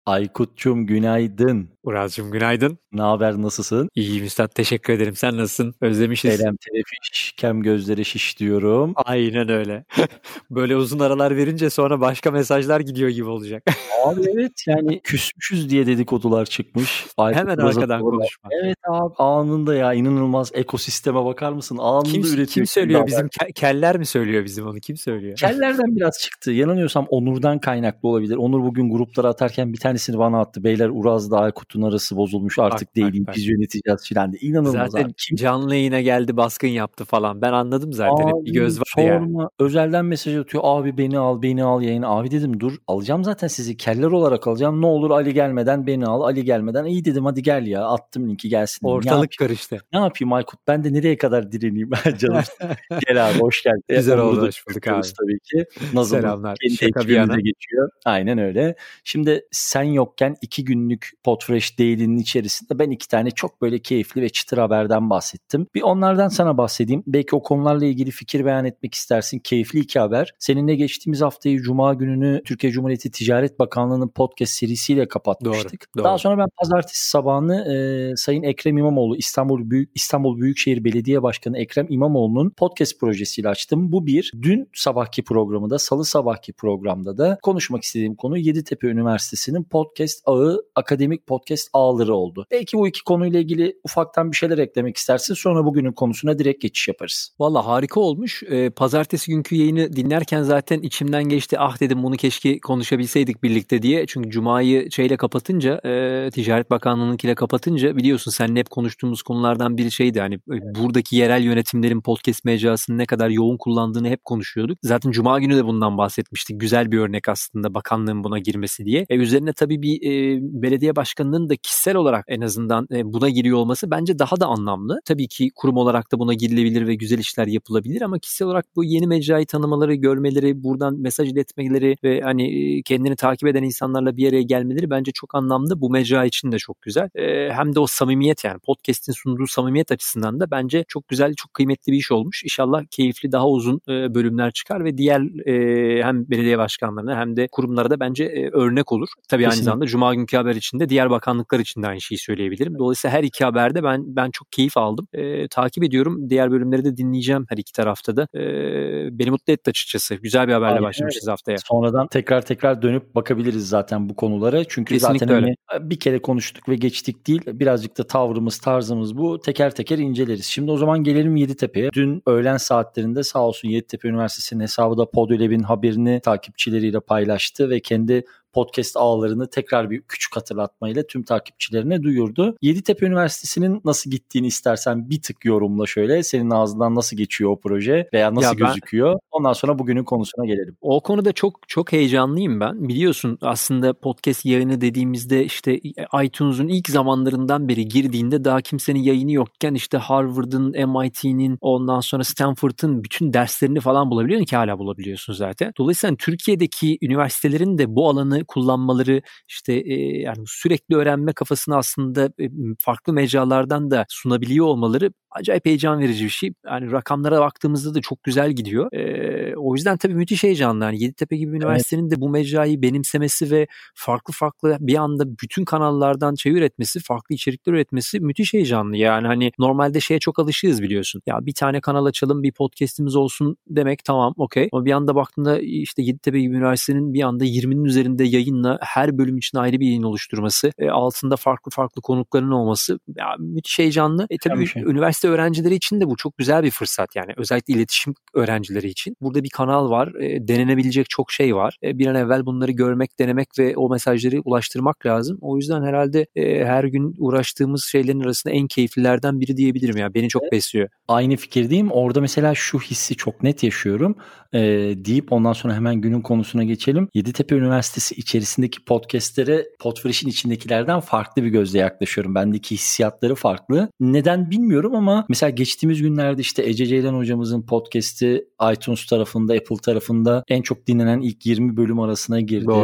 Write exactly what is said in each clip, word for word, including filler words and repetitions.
Aykut'cum günaydın. Uraz'cığım günaydın. Ne haber, nasılsın? İyiyim üstad, teşekkür ederim. Sen nasılsın? Özlemişiz. Elem telefiş, kem gözleri şiş diyorum. Aynen öyle. Böyle uzun aralar verince sonra başka mesajlar gidiyor gibi olacak. Abi evet, yani küsmüşüz diye dedikodular çıkmış. Aykut Hemen Uraz'a arkadan doğru. konuşma. Evet abi, anında ya, inanılmaz ekosisteme bakar mısın? Anında Kim, üretiyor. kim söylüyor bizim ke- keller mi söylüyor bizim onu? Kim söylüyor? Kellerden biraz çıktı. Yanılmıyorsam Onur'dan kaynaklı olabilir. Onur bugün gruplara atarken bir tanesini bana attı. Beyler, Uraz'la Aykut'un arası bozulmuş, artık Bak, değil, bak, biz bak. yöneteceğiz filan diye. İnanılmaz Zaten abi. Kim? canlı yayına geldi, baskın yaptı falan. Ben anladım zaten. Hep bir göz var ya. Sorma. Özelden mesaj atıyor. Abi beni al, beni al yayına. Abi dedim dur, alacağım zaten sizi. Keller olarak alacağım. Ne olur Ali gelmeden beni al. Ali gelmeden iyi dedim, hadi gel ya. Attım linki, gelsin. Dedim. Ortalık karıştı. Ne yapayım Aykut? Ben de nereye kadar direneyim canım? Gel abi, hoş geldin. Güzel E, oldu, Onur'u hoş bulduk abi. tabii ki. Nazım'ın Selamlar. kendi Şaka bir ekibimize yana. geçiyor. Aynen öyle. Şimdi sen yokken iki günlük Podfresh Daily'nin içerisinde ben iki tane çok böyle keyifli ve çıtır haberden bahsettim. Bir onlardan sana bahsedeyim. Belki o konularla ilgili fikir beyan etmek istersin. Keyifli iki haber. Seninle geçtiğimiz haftayı Cuma gününü Türkiye Cumhuriyeti Ticaret Bakanlığı'nın podcast serisiyle kapatmıştık. Doğru, Daha doğru. sonra ben pazartesi sabahını e, Sayın Ekrem İmamoğlu, İstanbul Büyük İstanbul Büyükşehir Belediye Başkanı Ekrem İmamoğlu'nun podcast projesiyle açtım. Bu bir. Dün sabahki programda, salı sabahki programda da konuşmak istediğim konu Yeditepe Üniversitesi'nin podcast ağı, akademik podcast ağları oldu. Belki bu iki konuyla ilgili ufaktan bir şeyler eklemek istersin. Sonra bugünün konusuna direkt geçiş yaparız. Valla harika olmuş. Ee, pazartesi günkü yayını dinlerken zaten içimden geçti. Ah dedim, bunu keşke konuşabilseydik birlikte diye. Çünkü Cuma'yı şeyle kapatınca, e, Ticaret Bakanlığı'nınkiyle kapatınca, biliyorsun seninle hep konuştuğumuz konulardan biri şeydi. Hani buradaki yerel yönetimlerin podcast mecrasını ne kadar yoğun kullandığını hep konuşuyorduk. Zaten Cuma günü de bundan bahsetmiştik. Güzel bir örnek aslında bakanlığın buna girmesi diye. E, üzerine tabii bir e, belediye başkanının da kişisel olarak en azından e, buna giriyor olması bence daha da anlamlı. Tabii ki kurum olarak da buna girilebilir ve güzel işler yapılabilir ama kişisel olarak bu yeni mecrayı tanımaları, görmeleri, buradan mesaj iletmeleri ve hani kendini takip eden insanlarla bir araya gelmeleri bence çok anlamlı. Bu mecra için de çok güzel. E, hem de o samimiyet, yani podcast'in sunduğu samimiyet açısından da bence çok güzel, çok kıymetli bir iş olmuş. İnşallah keyifli, daha uzun e, bölümler çıkar ve diğer e, hem belediye başkanlarına hem de kurumlara da bence e, örnek olur. Tabii kesinlikle. Aynı zamanda Cuma günkü haber için de diğer bakanlıklar için de aynı şeyi söyleyebilirim. Dolayısıyla her iki haberde ben ben çok keyif aldım. E, takip ediyorum. Diğer bölümleri de dinleyeceğim her iki tarafta da. E, beni mutlu etti açıkçası. Güzel bir haberle Aynen başlamışız öyle. Haftaya. Sonradan tekrar tekrar dönüp bakabiliriz zaten bu konulara. Çünkü kesinlikle zaten öyle. Hani bir kere konuştuk ve geçtik değil. Birazcık da tavrımız, tarzımız bu. Teker teker inceleriz. Şimdi o zaman gelelim Yeditepe'ye. Dün öğlen saatlerinde sağ olsun Yeditepe Üniversitesi'nin hesabı da Podölev'in haberini takipçileriyle paylaştı ve kendi podcast ağlarını tekrar bir küçük hatırlatmayla tüm takipçilerine duyurdu. Yeditepe Üniversitesi'nin nasıl gittiğini istersen bir tık yorumla şöyle. Senin ağzından nasıl geçiyor o proje veya nasıl ya ben, gözüküyor? Ondan sonra bugünün konusuna gelelim. O konuda çok çok heyecanlıyım ben. Biliyorsun aslında podcast yayını dediğimizde işte iTunes'un ilk zamanlarından beri girdiğinde daha kimsenin yayını yokken işte Harvard'ın, M I T'nin, ondan sonra Stanford'ın bütün derslerini falan bulabiliyorsun ki hala bulabiliyorsun zaten. Dolayısıyla Türkiye'deki üniversitelerin de bu alanı kullanmaları, işte e, yani sürekli öğrenme kafasını aslında e, farklı mecralardan da sunabiliyor olmaları acayip heyecan verici bir şey. Yani rakamlara baktığımızda da çok güzel gidiyor. E, o yüzden tabii müthiş heyecanlı. Yani Yeditepe gibi bir üniversitenin evet. de bu mecrayı benimsemesi ve farklı farklı bir anda bütün kanallardan şey üretmesi, farklı içerikler üretmesi müthiş heyecanlı. Yani hani normalde şeye çok alışığız biliyorsun. Ya bir tane kanal açalım, bir podcast'imiz olsun demek, tamam okey. Ama bir anda baktığında işte Yeditepe gibi bir üniversitenin bir anda yirminin üzerinde yayınla her bölüm için ayrı bir yayın oluşturması, e, altında farklı farklı konukların olması ya, müthiş heyecanlı. E tabii şey. Üniversite öğrencileri için de bu çok güzel bir fırsat yani. Özellikle iletişim öğrencileri için. Burada bir kanal var. E, denenebilecek çok şey var. E, bir an evvel bunları görmek, denemek ve o mesajları ulaştırmak lazım. O yüzden herhalde e, her gün uğraştığımız şeylerin arasında en keyiflilerden biri diyebilirim. Yani beni çok evet. besliyor. Aynı fikirdeyim. Orada mesela şu hissi çok net yaşıyorum. E, deyip ondan sonra hemen günün konusuna geçelim. Yeditepe Üniversitesi içerisindeki podcastlere Podfresh'in içindekilerden farklı bir gözle yaklaşıyorum. Bendeki hissiyatları farklı. Neden bilmiyorum ama mesela geçtiğimiz günlerde işte Ece Ceylan hocamızın podcast'i iTunes tarafında, Apple tarafında en çok dinlenen ilk yirmi bölüm arasına girdi. Doğru.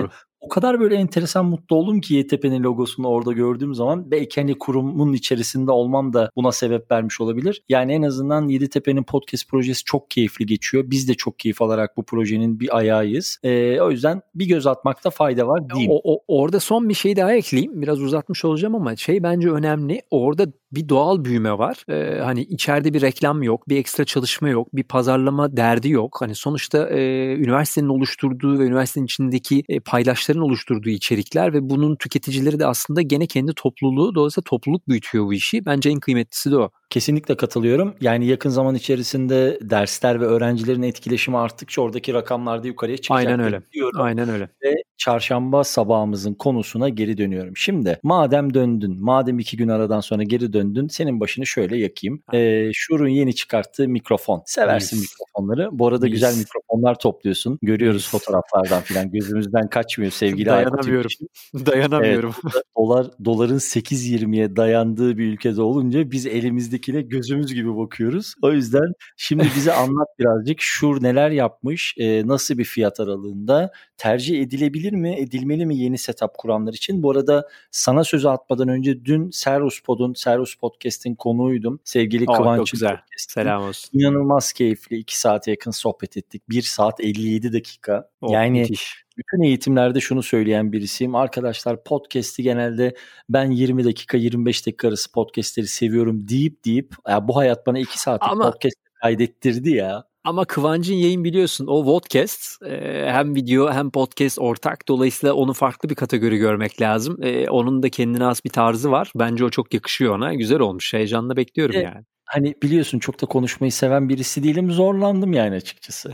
o kadar böyle enteresan mutlu oldum ki Y T P'nin logosunu orada gördüğüm zaman. Belki hani kurumun içerisinde olmam da buna sebep vermiş olabilir. Yani en azından Yeditepe'nin podcast projesi çok keyifli geçiyor. Biz de çok keyif alarak bu projenin bir ayağıyız. Ee, o yüzden bir göz atmakta fayda var diyeyim. O, o, orada son bir şey daha ekleyeyim. Biraz uzatmış olacağım ama şey bence önemli. Orada bir doğal büyüme var. Ee, hani içeride bir reklam yok, bir ekstra çalışma yok, bir pazarlama derdi yok. Hani sonuçta e, üniversitenin oluşturduğu ve üniversitenin içindeki e, paydaşların oluşturduğu içerikler ve bunun tüketicileri de aslında gene kendi topluluğu. Dolayısıyla topluluk büyütüyor bu işi. Bence en kıymetlisi de o. Kesinlikle katılıyorum. Yani yakın zaman içerisinde dersler ve öğrencilerin etkileşimi arttıkça oradaki rakamlar da yukarıya çıkacak. Aynen öyle. Diyorum. Aynen öyle. Ve çarşamba sabahımızın konusuna geri dönüyorum. Şimdi madem döndün, madem iki gün aradan sonra geri döndün, senin başını şöyle yakayım. Ee, Shure'un yeni çıkarttığı mikrofon. Seversin yes. mikrofonları. Bu arada yes. güzel mikrofonlar topluyorsun. Görüyoruz yes. fotoğraflardan falan. Gözümüzden kaçmıyor sevgili Dayanamıyorum. Dayanamıyorum. Evet, dolar doların sekiz yirmiye dayandığı bir ülkede olunca biz elimizdekiyle gözümüz gibi bakıyoruz. O yüzden şimdi bize anlat birazcık. Shure neler yapmış? E, nasıl bir fiyat aralığında? Tercih edilebilir mi? Edilmeli mi yeni setup kuranlar için? Bu arada sana sözü atmadan önce dün Servus Pod'un, Servus Podcast'in konuğuydum. Sevgili oh, Kıvanç'ın podcast'in. Selam olsun. İnanılmaz keyifli. iki saate yakın sohbet ettik. bir saat elli yedi dakika. Oh, yani müthiş. Bütün eğitimlerde şunu söyleyen birisiyim. Arkadaşlar podcast'i genelde ben yirmi dakika yirmi beş dakika arası podcast'leri seviyorum deyip deyip ya bu hayat bana iki saatlik Ama... podcast kaydettirdi ya. Ama Kıvancın yayın biliyorsun o podcast e, hem video hem podcast ortak. Dolayısıyla onu farklı bir kategori görmek lazım. E, onun da kendine has bir tarzı var. Bence o çok yakışıyor ona. Güzel olmuş. Heyecanla bekliyorum e, yani. Hani biliyorsun çok da konuşmayı seven birisi değilim. Zorlandım yani açıkçası.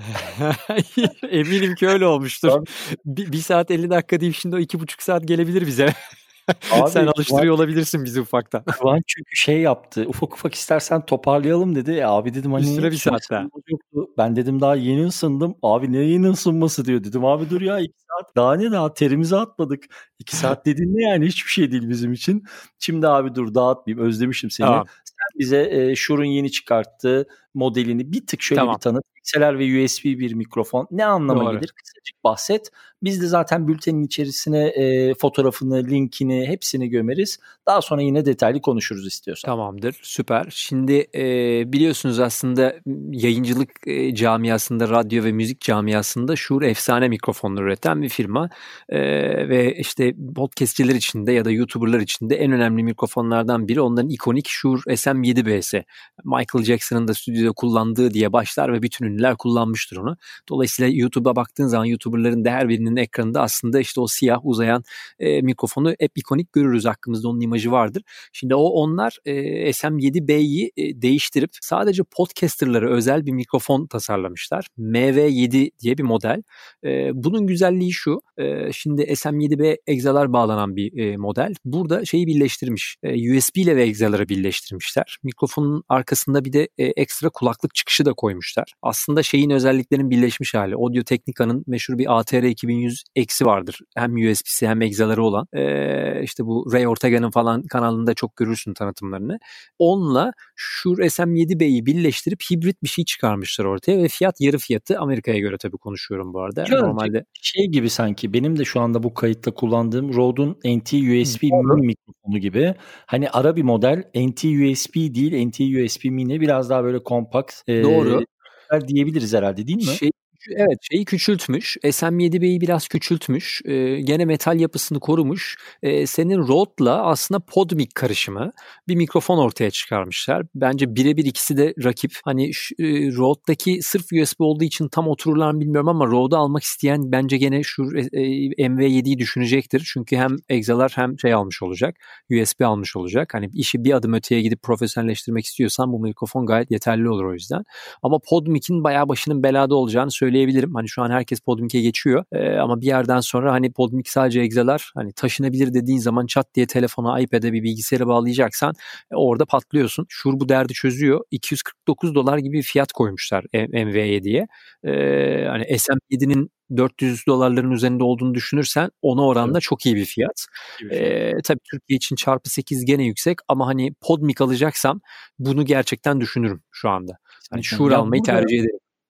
Eminim ki öyle olmuştur. bir, bir saat elli dakika deyip şimdi o iki buçuk saat gelebilir bize. Abi, sen alıştırıyor Kıvanç, olabilirsin bizi ufaktan. Kıvanç çünkü şey yaptı. Ufak ufak istersen toparlayalım dedi. E, abi dedim hani. Üstüne bir saat daha. Ben dedim daha yeni ısındım. Abi ne yeni ısınması diyor. Dedim abi dur ya iki saat. Daha ne daha terimizi atmadık. iki saat dediğin ne yani hiçbir şey değil bizim için. Şimdi abi dur dağıtmayayım. Özlemişim seni. Tamam. Sen bize e, Shure'un yeni çıkarttığı modelini bir tık şöyle tamam. bir tanıt. X L R ve U S B bir mikrofon. Ne anlama Doğru. gelir? Kısacık bahset. Biz de zaten bültenin içerisine e, fotoğrafını, linkini hepsini gömeriz. Daha sonra yine detaylı konuşuruz istiyorsan. Tamamdır. Süper. Şimdi e, biliyorsunuz aslında yayıncılık e, camiasında, radyo ve müzik camiasında Shure efsane mikrofonları üreten bir firma. E, ve işte podcastçiler için de ya da YouTuber'lar için de en önemli mikrofonlardan biri onların ikonik Shure S M yedi B'si. Michael Jackson'ın da stüdyoda kullandığı diye başlar ve bütün ünlüler kullanmıştır onu. Dolayısıyla YouTube'a baktığın zaman YouTuber'ların da her birinin ekranında aslında işte o siyah uzayan e, mikrofonu hep ikonik görürüz. Hakkımızda onun imajı vardır. Şimdi o onlar e, S M yedi B'yi e, değiştirip sadece podcasterlara özel bir mikrofon tasarlamışlar. M V yedi diye bir model. E, bunun güzelliği şu. E, şimdi S M yedi B egzalar bağlanan bir e, model. Burada şeyi birleştirmiş. E, U S B ile ve egzaları birleştirmişler. Mikrofonun arkasında bir de e, ekstra kulaklık çıkışı da koymuşlar. Aslında şeyin özelliklerinin birleşmiş hali. Audio Technica'nın meşhur bir A T R iki bin yüz X'i vardır. Hem U S B'si hem egzaları olan. Ee, işte bu Ray Ortega'nın falan kanalında çok görürsün tanıtımlarını. Onunla Shure S M yedi B'yi birleştirip hibrit bir şey çıkarmışlar ortaya ve fiyat yarı fiyatı. Amerika'ya göre tabii konuşuyorum bu arada. Ya, Normalde şey gibi sanki benim de şu anda bu kayıtta kullandığım Rode'un N T U S B mini mikrofonu gibi. Hani ara bir model N T U S B değil N T U S B mini biraz daha böyle kompakt. E, Doğru. Diyebiliriz herhalde değil mi? Şey, evet şeyi küçültmüş. S M yedi B'yi biraz küçültmüş. Ee, gene metal yapısını korumuş. Ee, senin Rode'la aslında PodMic karışımı bir mikrofon ortaya çıkarmışlar. Bence birebir ikisi de rakip. Hani şu, e, Rode'daki sırf U S B olduğu için tam otururlar mı bilmiyorum ama Rode'u almak isteyen bence gene şu e, M V yediyi düşünecektir. Çünkü hem egzalar hem şey almış olacak. U S B almış olacak. Hani işi bir adım öteye gidip profesyonelleştirmek istiyorsan bu mikrofon gayet yeterli olur o yüzden. Ama PodMic'in bayağı başının belada olacağını söyleyebilirim. Hani şu an herkes PodMic'e geçiyor. Ee, ama bir yerden sonra hani PodMic sadece egzalar hani taşınabilir dediğin zaman çat diye telefona, iPad'e bir bilgisayara bağlayacaksan e, orada patlıyorsun. Shure bu derdi çözüyor. iki yüz kırk dokuz dolar gibi bir fiyat koymuşlar M V yediye. Ee, hani S M yedinin dört yüz dolarların üzerinde olduğunu düşünürsen ona oranla evet. çok iyi bir fiyat. Ee, tabii Türkiye için çarpı sekiz gene yüksek ama hani PodMic alacaksam bunu gerçekten düşünürüm şu anda. Hani Shure almayı tercih ederim.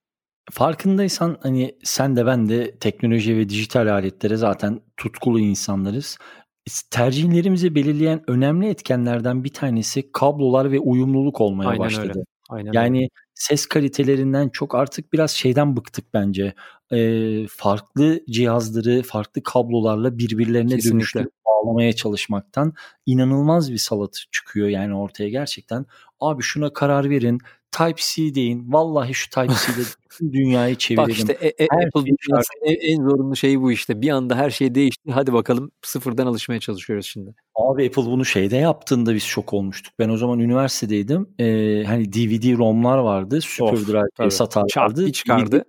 farkındaysan hani sen de ben de teknoloji ve dijital aletlere zaten tutkulu insanlarız. Tercihlerimizi belirleyen önemli etkenlerden bir tanesi kablolar ve uyumluluk olmaya Aynen başladı. Öyle. Aynen yani öyle. Ses kalitelerinden çok artık biraz şeyden bıktık bence. Ee, farklı cihazları farklı kablolarla birbirlerine Kesinlikle. dönüştürüp bağlamaya çalışmaktan inanılmaz bir salat çıkıyor yani ortaya gerçekten. Abi şuna karar verin. Type-C deyin. Vallahi şu Type-C'de bütün dünyayı çevirelim. Bak işte e, e, Apple dünyasının en, en zorunlu şeyi bu işte. Bir anda her şey değişti. Hadi bakalım sıfırdan alışmaya çalışıyoruz şimdi. Abi Apple bunu şeyde yaptığında biz şok olmuştuk. Ben o zaman üniversitedeydim. Ee, hani D V D-ROM'lar vardı. SuperDrive satarlardı. Bir çıkardı.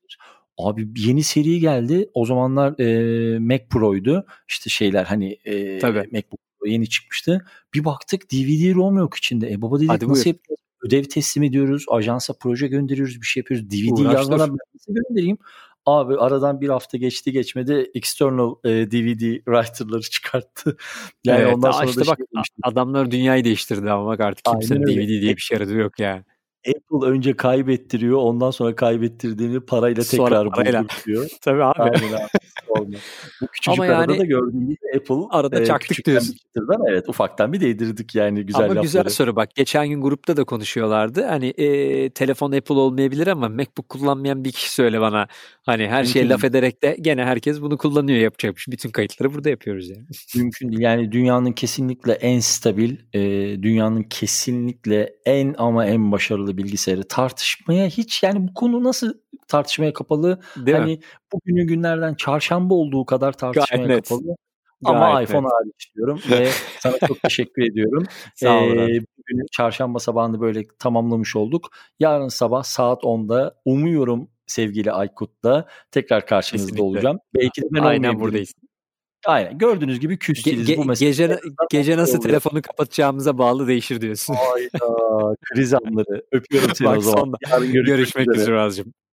Abi yeni seri geldi. O zamanlar e, Mac Pro'ydu. İşte şeyler hani e, MacBook Pro yeni çıkmıştı. Bir baktık D V D-ROM yok içinde. E baba dedik Hadi nasıl yapacağız? Ödev teslim ediyoruz. Ajansa proje gönderiyoruz. Bir şey yapıyoruz. D V D yazmadan ben nasıl göndereyim? Abi aradan bir hafta geçti geçmedi external e, D V D writer'ları çıkarttı. Yani evet, ondan sonra işte da bak şey adamlar dünyayı değiştirdi ama bak artık kimsenin D V D diye bir şey aradığı yok yani. Apple önce kaybettiriyor, ondan sonra kaybettirdiğini parayla sonra tekrar parayla. buldurtuyor. Tabii abi. Aynen abi. Bu küçücük ama arada yani, da gördüğünüz gibi Apple arada e, çaktık diyorsun. Evet ufaktan bir değdirdik yani güzel ama lafları. Ama güzel soru bak. Geçen gün grupta da konuşuyorlardı. Hani e, telefon Apple olmayabilir ama MacBook kullanmayan bir kişi söyle bana. Hani her şeye laf ederek de gene herkes bunu kullanıyor yapacakmış. Bütün kayıtları burada yapıyoruz yani. Mümkün değil. Yani dünyanın kesinlikle en stabil, e, dünyanın kesinlikle en ama en başarılı bilgisayarı. Tartışmaya hiç yani bu konu nasıl tartışmaya kapalı? Değil hani mi? Bugünün günlerden çarşamba olduğu kadar tartışmaya Gayet kapalı. Net. Ama Gayet iPhone net. Hariç diyorum ve sana çok teşekkür ediyorum. Sağ ol. Ee, bugün çarşamba sabahını böyle tamamlamış olduk. Yarın sabah saat onda umuyorum sevgili Aykut'la tekrar karşınızda Kesinlikle. olacağım. Belki de ben Aynen buradayız. Aynen gördüğünüz gibi küstünüz ge- bu mesele. Gece, gece nasıl oluyor. Telefonu kapatacağımıza bağlı değişir diyorsun. Hayda kriz anları. Öpüyorum seni o zaman. Yarın görüşmek, görüşmek üzere Azcığım.